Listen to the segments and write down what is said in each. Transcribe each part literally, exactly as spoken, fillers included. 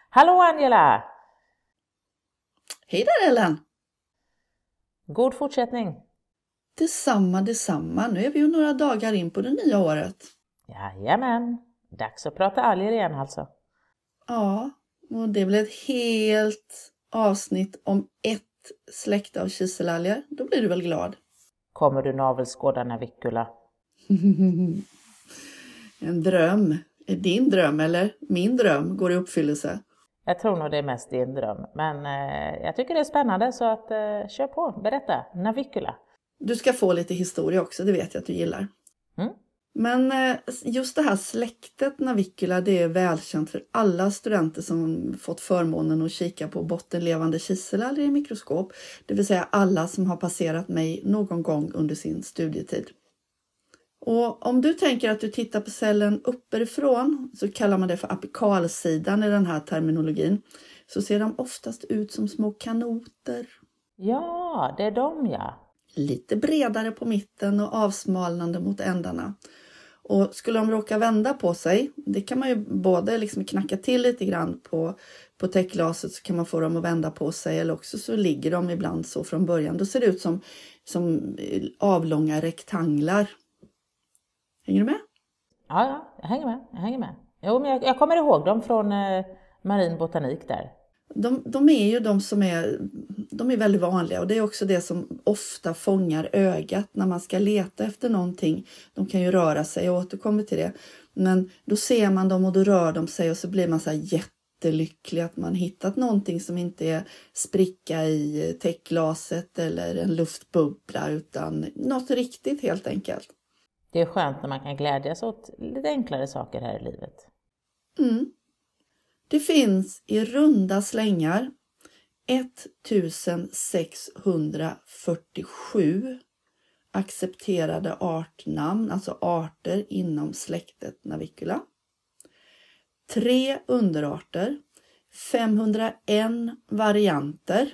Hallå Angela! Hej där Ellen! God fortsättning! Detsamma, detsamma. Nu är vi ju några dagar in på det nya året. Jajamän, dags att prata alger igen alltså. Ja, och det blir ett helt avsnitt om ett släkte av kiselalger. Då blir du väl glad? Kommer du navelskåda Navicula? En dröm. Är din dröm eller min dröm går i uppfyllelse? Jag tror nog det är mest din dröm, men eh, jag tycker det är spännande så att eh, kör på, berätta, Navicula. Du ska få lite historia också, det vet jag att du gillar. Mm. Men eh, just det här släktet Navicula, det är välkänt för alla studenter som fått förmånen att kika på bottenlevande kiselalger i mikroskop. Det vill säga alla som har passerat mig någon gång under sin studietid. Och om du tänker att du tittar på cellen uppifrån, så kallar man det för apikalsidan i den här terminologin, så ser de oftast ut som små kanoter. Ja, det är de ja. Lite bredare på mitten och avsmalnande mot ändarna. Och skulle de råka vända på sig, det kan man ju både liksom knacka till lite grann på, på täckglaset, så kan man få dem att vända på sig, eller också så ligger de ibland så från början. Då ser det ut som, som avlånga rektanglar. Hänger du med? Ja, ja, jag hänger med, jag hänger med. Jo, men jag, jag kommer ihåg dem från eh, marin botanik där. De, de är ju de som är, de är väldigt vanliga, och det är också det som ofta fångar ögat när man ska leta efter någonting. De kan ju röra sig, jag återkommer till det. Men då ser man dem och då rör de sig, och så blir man så här jättelycklig att man hittat någonting som inte är spricka i täckglaset eller en luftbubbla, utan något riktigt helt enkelt. Det är skönt när man kan glädjas åt lite enklare saker här i livet. Mm. Det finns i runda slängar sexhundrafyrtiosju accepterade artnamn, alltså arter inom släktet Navicula. Tre underarter, femhundraen varianter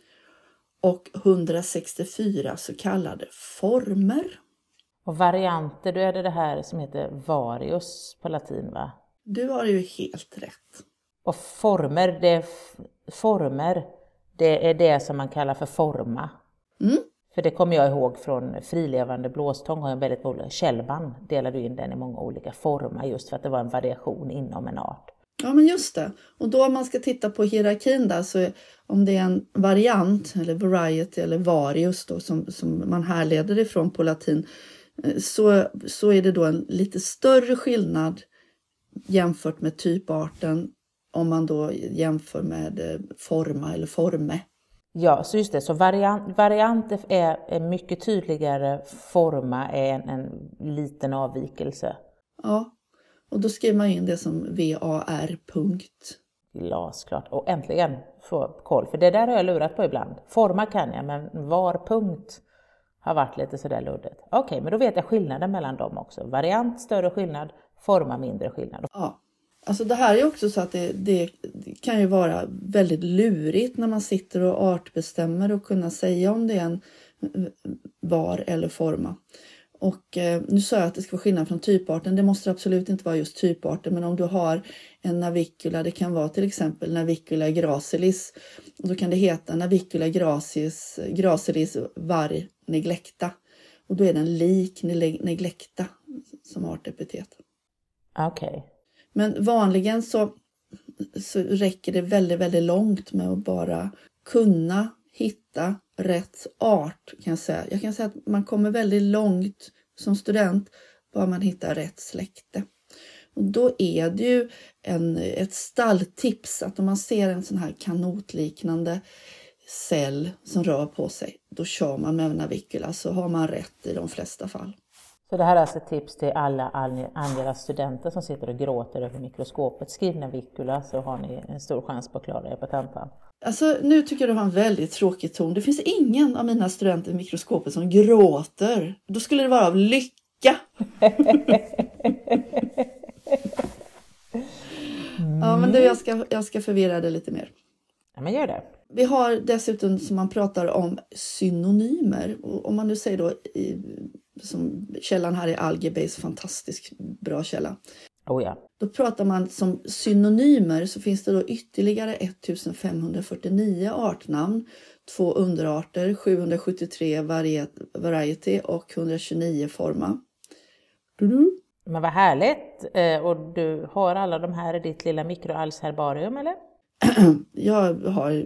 och hundrasextiofyra så kallade former. Och varianter, då är det det här som heter varius på latin va? Du har ju helt rätt. Och former, det är, former, det är det som man kallar för forma. Mm. För det kommer jag ihåg från frilevande blåstång, har en väldigt rolig. Kälban delade in den i många olika former just för att det var en variation inom en art. Ja, men just det. Och då om man ska titta på hierarkin där, så är, om det är en variant eller variety eller varius då, som, som man härleder ifrån på latin, så, så är det då en lite större skillnad jämfört med typarten om man då jämför med forma eller forme. Ja, så just det. Så variant, variant är, är mycket tydligare, forma är en, en liten avvikelse. Ja, och då skriver man in det som V A R punkt. Glasklart. Och äntligen få koll, för det där har jag lurat på ibland. Forma kan jag, men var punkt har varit lite sådär luddigt. Okej, okay, men då vet jag skillnaden mellan dem också. Variant, större skillnad, forma, mindre skillnad. Ja, alltså det här är också så att det, det kan ju vara väldigt lurigt när man sitter och artbestämmer och kunna säga om det är en var eller forma. Och eh, nu sa jag att det ska vara skillnad från typarten. Det måste absolut inte vara just typarten, men om du har en Navicula, det kan vara till exempel Navicula gracilis, då kan det heta Navicula gracilis, gracilis var neglecta. Och då är den lik neglecta som artepitet. Okej. Okay. Men vanligen så, så räcker det väldigt, väldigt långt med att bara kunna hitta rätt art, kan jag säga. Jag kan säga att man kommer väldigt långt som student bara man hittar rätt släkte. Och då är det ju en, ett stalltips att om man ser en sån här kanotliknande cell som rör på sig, då kör man med Navicula, så har man rätt i de flesta fall. Så det här är alltså ett tips till alla Angelas studenter som sitter och gråter över mikroskopet. Skriv Navicula så har ni en stor chans på att klara er på tentan. Alltså nu tycker jag du har en väldigt tråkig ton. Det finns ingen av mina studenter i mikroskopet som gråter. Då skulle det vara av lycka. mm. Ja, men du, jag ska, jag ska förvirra det lite mer. Ja, men gör det. Vi har dessutom, som man pratar om, synonymer. Och om man nu säger då, i, som källan här är Algebase, fantastisk bra källa. Oh ja. Då pratar man som synonymer, så finns det då ytterligare femtonhundrafyrtionio artnamn, två underarter, sjuhundrasjuttiotre variety och hundratjugonio forma. Du-du. Men vad härligt! Och du har alla de här i ditt lilla mikroalgsherbarium, eller? Jag har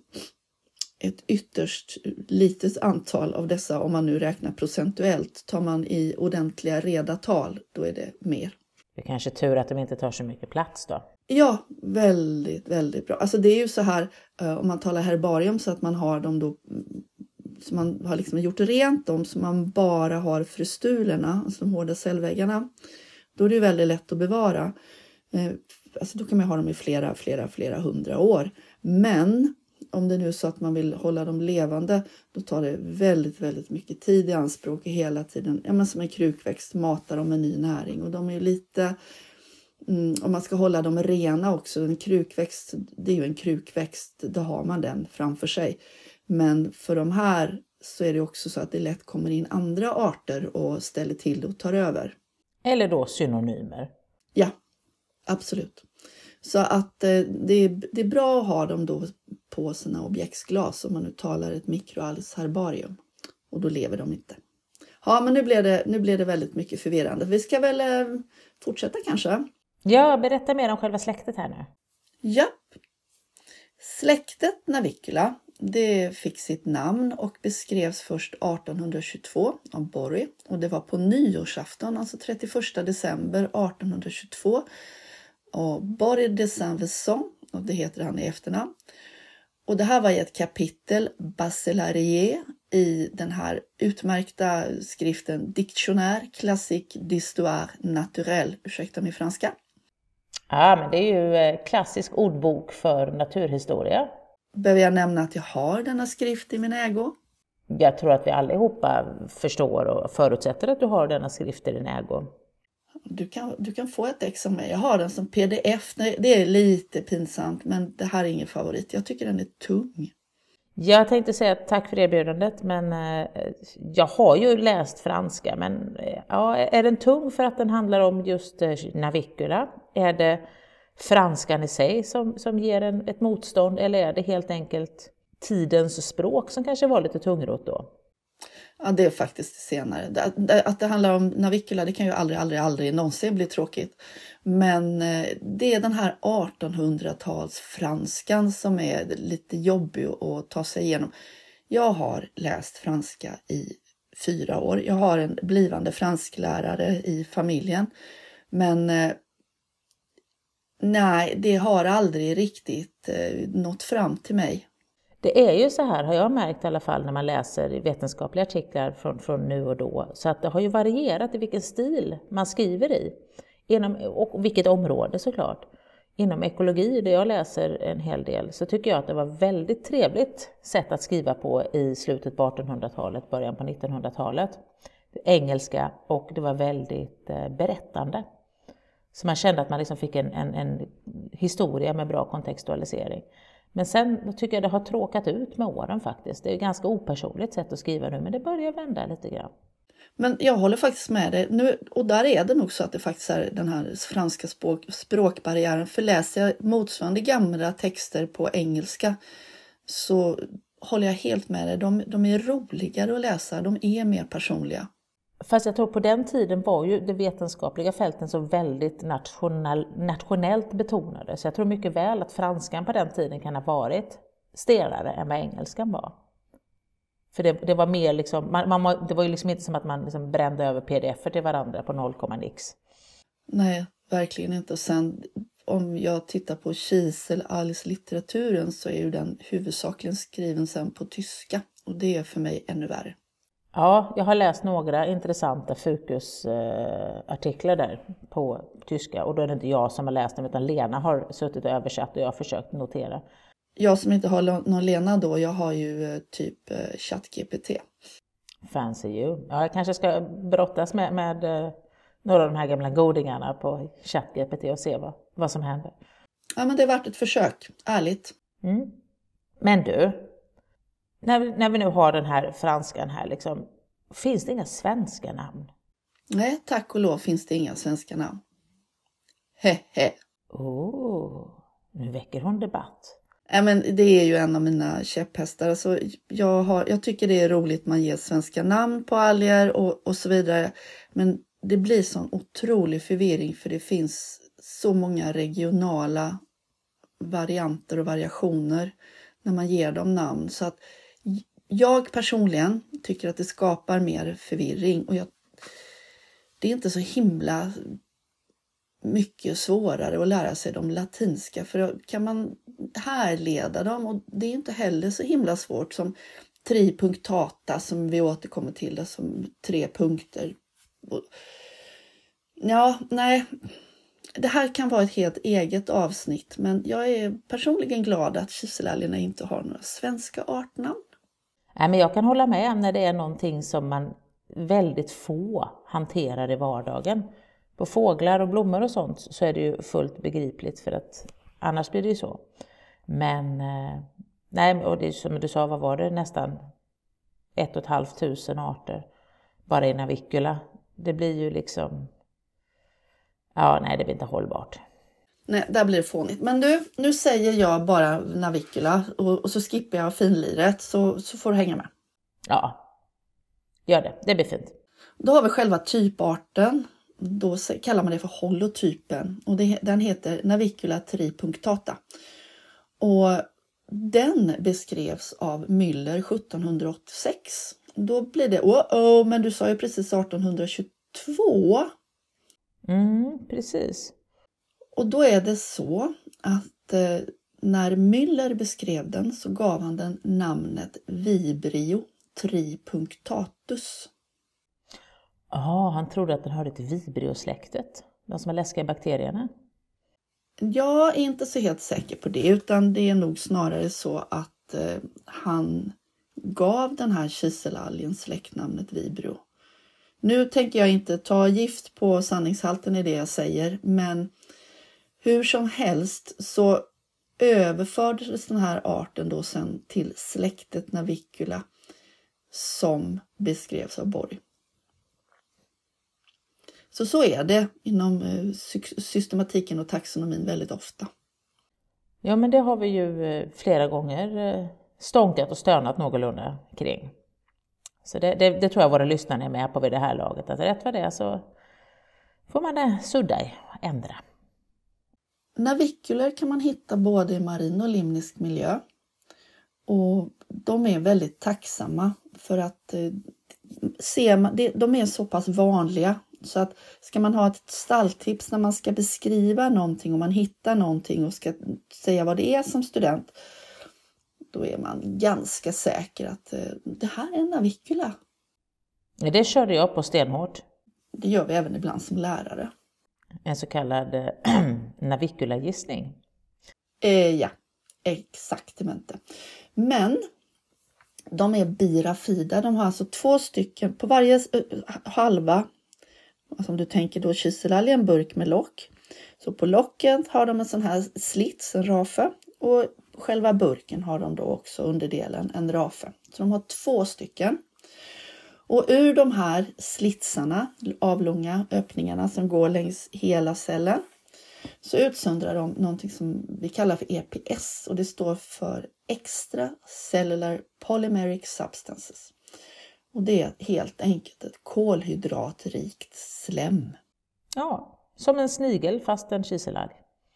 ett ytterst litet antal av dessa, om man nu räknar procentuellt. Tar man i ordentliga reda tal, då är det mer. Det är kanske tur att de inte tar så mycket plats då. Ja, väldigt, väldigt bra. Alltså det är ju så här, om man talar herbarium, så att man har dem då, så man har liksom gjort rent dem, så man bara har frustulerna, alltså de hårda cellväggarna. Då är det ju väldigt lätt att bevara. Alltså då kan man ha dem i flera, flera, flera hundra år. Men om det nu är så att man vill hålla dem levande, då tar det väldigt, väldigt mycket tid i anspråk hela tiden. Ja, men som en krukväxt matar dem med ny näring. Och de är ju lite, mm, om man ska hålla dem rena också, en krukväxt, det är ju en krukväxt, då har man den framför sig. Men för de här så är det också så att det lätt kommer in andra arter och ställer till och tar över. Eller då synonymer. Ja, absolut. Så att eh, det, är, det är bra att ha dem då på sina objektsglas, om man nu talar ett mikroalgsherbarium. Och då lever de inte. Ja, men nu blev det, nu blev det väldigt mycket förvirrande. Vi ska väl eh, fortsätta kanske? Ja, berätta mer om själva släktet här nu. Ja. Släktet Navicula, det fick sitt namn och beskrevs först artonhundratjugotvå av Borri. Och det var på nyårsafton, alltså trettioförsta december artonhundratjugotvå. Och Borri de Saint-Vincent, och det heter han i efternamn. Och det här var i ett kapitel Bachelarier i den här utmärkta skriften Dictionnaire classique d'histoire naturelle. Ursäkta min franska. Ja, men det är ju klassisk ordbok för naturhistoria. Behöver jag nämna att jag har denna skrift i min ägo? Jag tror att vi allihopa förstår och förutsätter att du har denna skrift i din ägo. Du kan, du kan få ett ex av mig. Jag har den som pdf. Det är lite pinsamt, men det här är ingen favorit. Jag tycker den är tung. Jag tänkte säga tack för erbjudandet, men eh, jag har ju läst franska. Men eh, ja, är den tung för att den handlar om just eh, Navicula? Är det franskan i sig som, som ger en ett motstånd? Eller är det helt enkelt tidens språk som kanske var lite tungrot då? Ja, det är faktiskt senare. Att det handlar om Navicula, det kan ju aldrig, aldrig, aldrig någonsin bli tråkigt. Men det är den här artonhundratals franskan som är lite jobbig att ta sig igenom. Jag har läst franska i fyra år. Jag har en blivande fransklärare i familjen. Men nej, det har aldrig riktigt nått fram till mig. Det är ju så här, har jag märkt i alla fall när man läser vetenskapliga artiklar från, från nu och då. Så att det har ju varierat i vilken stil man skriver i. Inom, och vilket område såklart. Inom ekologi, där jag läser en hel del, så tycker jag att det var väldigt trevligt sätt att skriva på i slutet på artonhundratalet, början på nittonhundratalet. Engelska, och det var väldigt eh, berättande. Så man kände att man liksom fick en, en, en historia med bra kontextualisering. Men sen tycker jag det har tråkat ut med åren faktiskt. Det är ett ganska opersonligt sätt att skriva nu, men det börjar vända lite grann. Men jag håller faktiskt med dig. Nu, och där är det nog så att det faktiskt är den här franska språk, språkbarriären. För läser jag motsvarande gamla texter på engelska, så håller jag helt med dig. De, de är roligare att läsa, de är mer personliga. Fast jag tror på den tiden var ju det vetenskapliga fälten så väldigt nationell, nationellt betonade. Så jag tror mycket väl att franskan på den tiden kan ha varit stelare än vad engelskan var. För det, det var mer liksom, man, man, det var ju liksom inte som att man liksom brände över pdf till varandra på noll komma nix. Nej, verkligen inte. Och sen om jag tittar på Kiesel-Alls-litteraturen, så är ju den huvudsakligen skriven sen på tyska. Och det är för mig ännu värre. Ja, jag har läst några intressanta fokusartiklar där på tyska. Och då är det inte jag som har läst dem, utan Lena har suttit och översatt och jag har försökt notera. Jag som inte har någon Lena då, jag har ju typ ChatGPT. Fancy you. Ja, jag kanske ska brottas med, med några av de här gamla godingarna på ChatGPT och se vad, vad som händer. Ja, men det är värt ett försök, ärligt. Mm. Men du... När vi, när vi nu har den här franskan här, liksom, finns det inga svenska namn? Nej, tack och lov finns det inga svenska namn. Hehe. Oh, nu väcker hon debatt. Ja, men det är ju en av mina käpphästar. Så jag, har, jag tycker det är roligt man ger svenska namn på alger och, och så vidare. Men det blir sån otrolig förvirring för det finns så många regionala varianter och variationer när man ger dem namn. Så att jag personligen tycker att det skapar mer förvirring. Och jag, det är inte så himla mycket svårare att lära sig de latinska. För kan man härleda dem, och det är inte heller så himla svårt som tripunctata som vi återkommer till det som tre punkter. Ja, nej. Det här kan vara ett helt eget avsnitt, men jag är personligen glad att kiselalgerna inte har några svenska artnamn. Nej, men jag kan hålla med när det är någonting som man väldigt få hanterar i vardagen. På fåglar och blommor och sånt så är det ju fullt begripligt för att annars blir det ju så. Men nej, och det är som du sa, vad var det? Nästan ett och ett halvt tusen arter bara i Navicula. Det blir ju liksom, ja nej det blir inte hållbart. Nej, där blir det fånigt. Men du, nu säger jag bara Navicula och, och så skippar jag finliret så, så får du hänga med. Ja, gör det. Det blir fint. Då har vi själva typarten. Då kallar man det för holotypen. Och det, den heter Navicula tripunctata. Och den beskrevs av Müller sjuttonhundraåttiosex. Då blir det, oh, oh men du sa ju precis artonhundratjugotvå. Mm, precis. Och då är det så att eh, när Müller beskrev den så gav han den namnet Vibrio tripunctatus. Ja, han trodde att den hörde till Vibrio-släktet. De som är läskiga bakterierna. Jag är inte så helt säker på det, utan det är nog snarare så att eh, han gav den här kiselalgen släktnamnet Vibrio. Nu tänker jag inte ta gift på sanningshalten i det jag säger, men hur som helst så överfördes den här arten då sen till släktet Navicula som beskrevs av Borg. Så så är det inom systematiken och taxonomin väldigt ofta. Ja, men det har vi ju flera gånger stånkat och stönat någorlunda kring. Så det, det, det tror jag våra lyssnare är med på vid det här laget. Att rätt vad det är så får man sudda i, ändra. Navicular kan man hitta både i marin och limnisk miljö. Och de är väldigt tacksamma för att eh, se, de är så pass vanliga. Så att ska man ha ett stalltips när man ska beskriva någonting och man hittar någonting och ska säga vad det är som student, då är man ganska säker att eh, det här är en Navicula. Det körde jag på stenhårt. Det gör vi även ibland som lärare. En så kallad äh, Navicula-gissning. Eh, ja, exaktamente. Men de är birafida. De har alltså två stycken på varje uh, halva. Alltså om du tänker då kiselalg, en burk med lock. Så på locket har de en sån här slits, en rafe. Och själva burken har de då också underdelen, en rafe. Så de har två stycken. Och ur de här slitsarna, avlånga öppningarna som går längs hela cellen, så utsöndrar de någonting som vi kallar för E P S. Och det står för Extra Cellular Polymeric Substances. Och det är helt enkelt ett kolhydratrikt slem. Ja, som en snigel fast en kiselalg.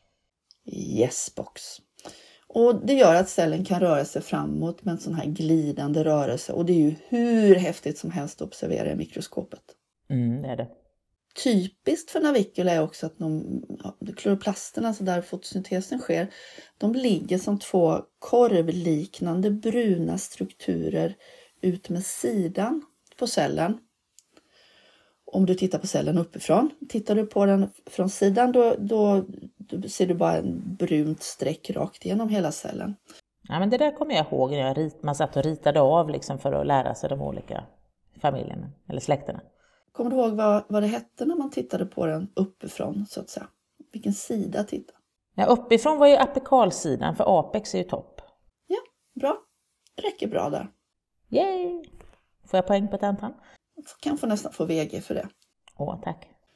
Yes box. Och det gör att cellen kan röra sig framåt med en sån här glidande rörelse. Och det är ju hur häftigt som helst att observera i mikroskopet. Mm, det är det. Typiskt för Navicula är också att de, ja, kloroplasterna, alltså där fotosyntesen sker, de ligger som två korvliknande bruna strukturer ut med sidan på cellen. Om du tittar på cellen uppifrån. Tittar du på den från sidan då, då, då ser du bara en brunt streck rakt igenom hela cellen. Ja, men det där kommer jag ihåg när jag rit, man satt och ritade av liksom för att lära sig de olika familjerna eller släkterna. Kommer du ihåg vad, vad det hette när man tittade på den uppifrån så att säga? Vilken sida titta? Ja, uppifrån var ju apikalsidan för apex är ju topp. Ja, bra. Det räcker bra där. Yay! Får jag poäng på tentan? Kan få nästan få V G för det. Åh, tack.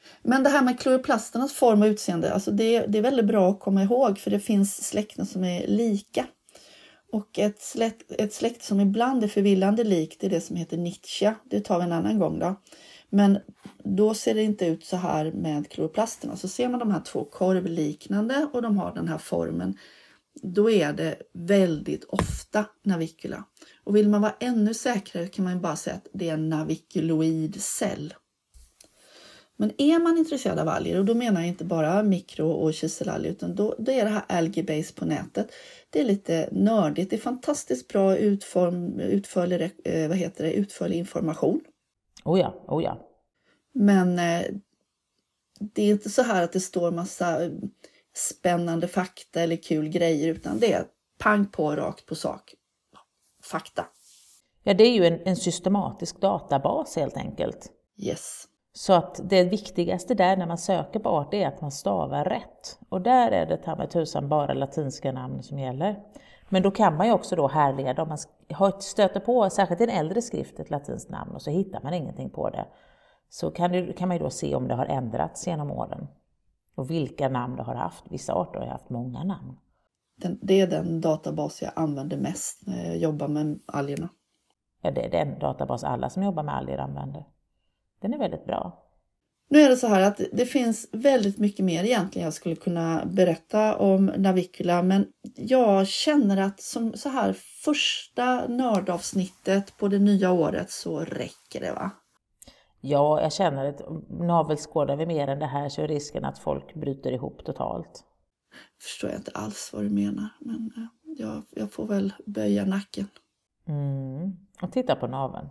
Men det här med kloroplasternas form och utseende, alltså det, det är väldigt bra att komma ihåg, för det finns släkten som är lika. Och ett släkt, ett släkt som ibland är förvillande likt är det som heter Nitschia. Det tar vi en annan gång då. Men då ser det inte ut så här med kloroplasterna. Så ser man de här två korvliknande och de har den här formen, då är det väldigt ofta navicula. Och vill man vara ännu säkrare kan man bara säga att det är en naviculoid cell. Men är man intresserad av alger, och då menar jag inte bara mikro- och kiselalger, utan då, då är det här Algaebase på nätet. Det är lite nördigt, det är fantastiskt bra utform, utförlig, eh, vad heter det, utförlig information. Oh ja, oh ja. Men eh, det är inte så här att det står massa spännande fakta eller kul grejer, utan det är pang på rakt på sak. Fakta. Ja, det är ju en, en systematisk databas helt enkelt. Yes. Så att det viktigaste där när man söker på art är att man stavar rätt. Och där är det ta med tusan bara latinska namn som gäller. Men då kan man ju också då härleda, om man stöter på särskilt en äldre skrift ett latinskt namn och så hittar man ingenting på det. Så kan, det, kan man ju då se om det har ändrats genom åren. Och vilka namn det har haft. Vissa arter har haft många namn. Den, det är den databas jag använder mest när jag jobbar med algerna. Ja, det är den databas alla som jobbar med alger använder. Den är väldigt bra. Nu är det så här att det finns väldigt mycket mer egentligen jag skulle kunna berätta om navicula. Men jag känner att som så här första nördavsnittet på det nya året så räcker det, va? Ja, jag känner att navelskådar vi mer än det här så är risken att folk bryter ihop totalt. Förstår jag inte alls vad du menar, men jag, jag får väl böja nacken. Mm. Och titta på naveln.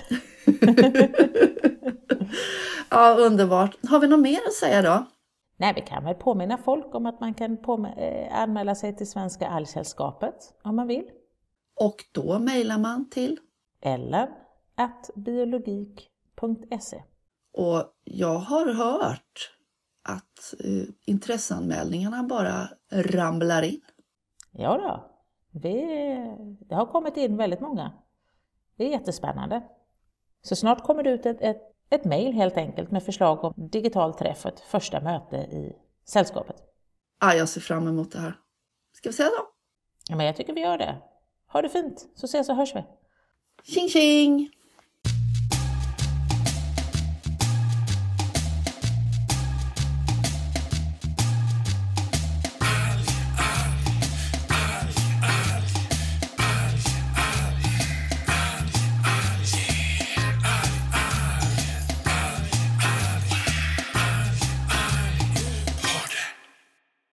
Ja, underbart. Har vi något mer att säga då? Nej, vi kan väl påminna folk om att man kan påm- anmäla sig till Svenska algsällskapet om man vill. Och då mejlar man till eller at biologik punkt se. Och jag har hört att eh, intresseanmälningarna bara ramlar in. Ja då, vi, det har kommit in väldigt många. Det är jättespännande. Så snart kommer det ut ett, ett, ett mejl helt enkelt med förslag om digital träff, ett första möte i sällskapet. Ah, jag ser fram emot det här. Ska vi säga då? Ja, men jag tycker vi gör det. Ha det fint, så ses och hörs vi. Tjing tjing!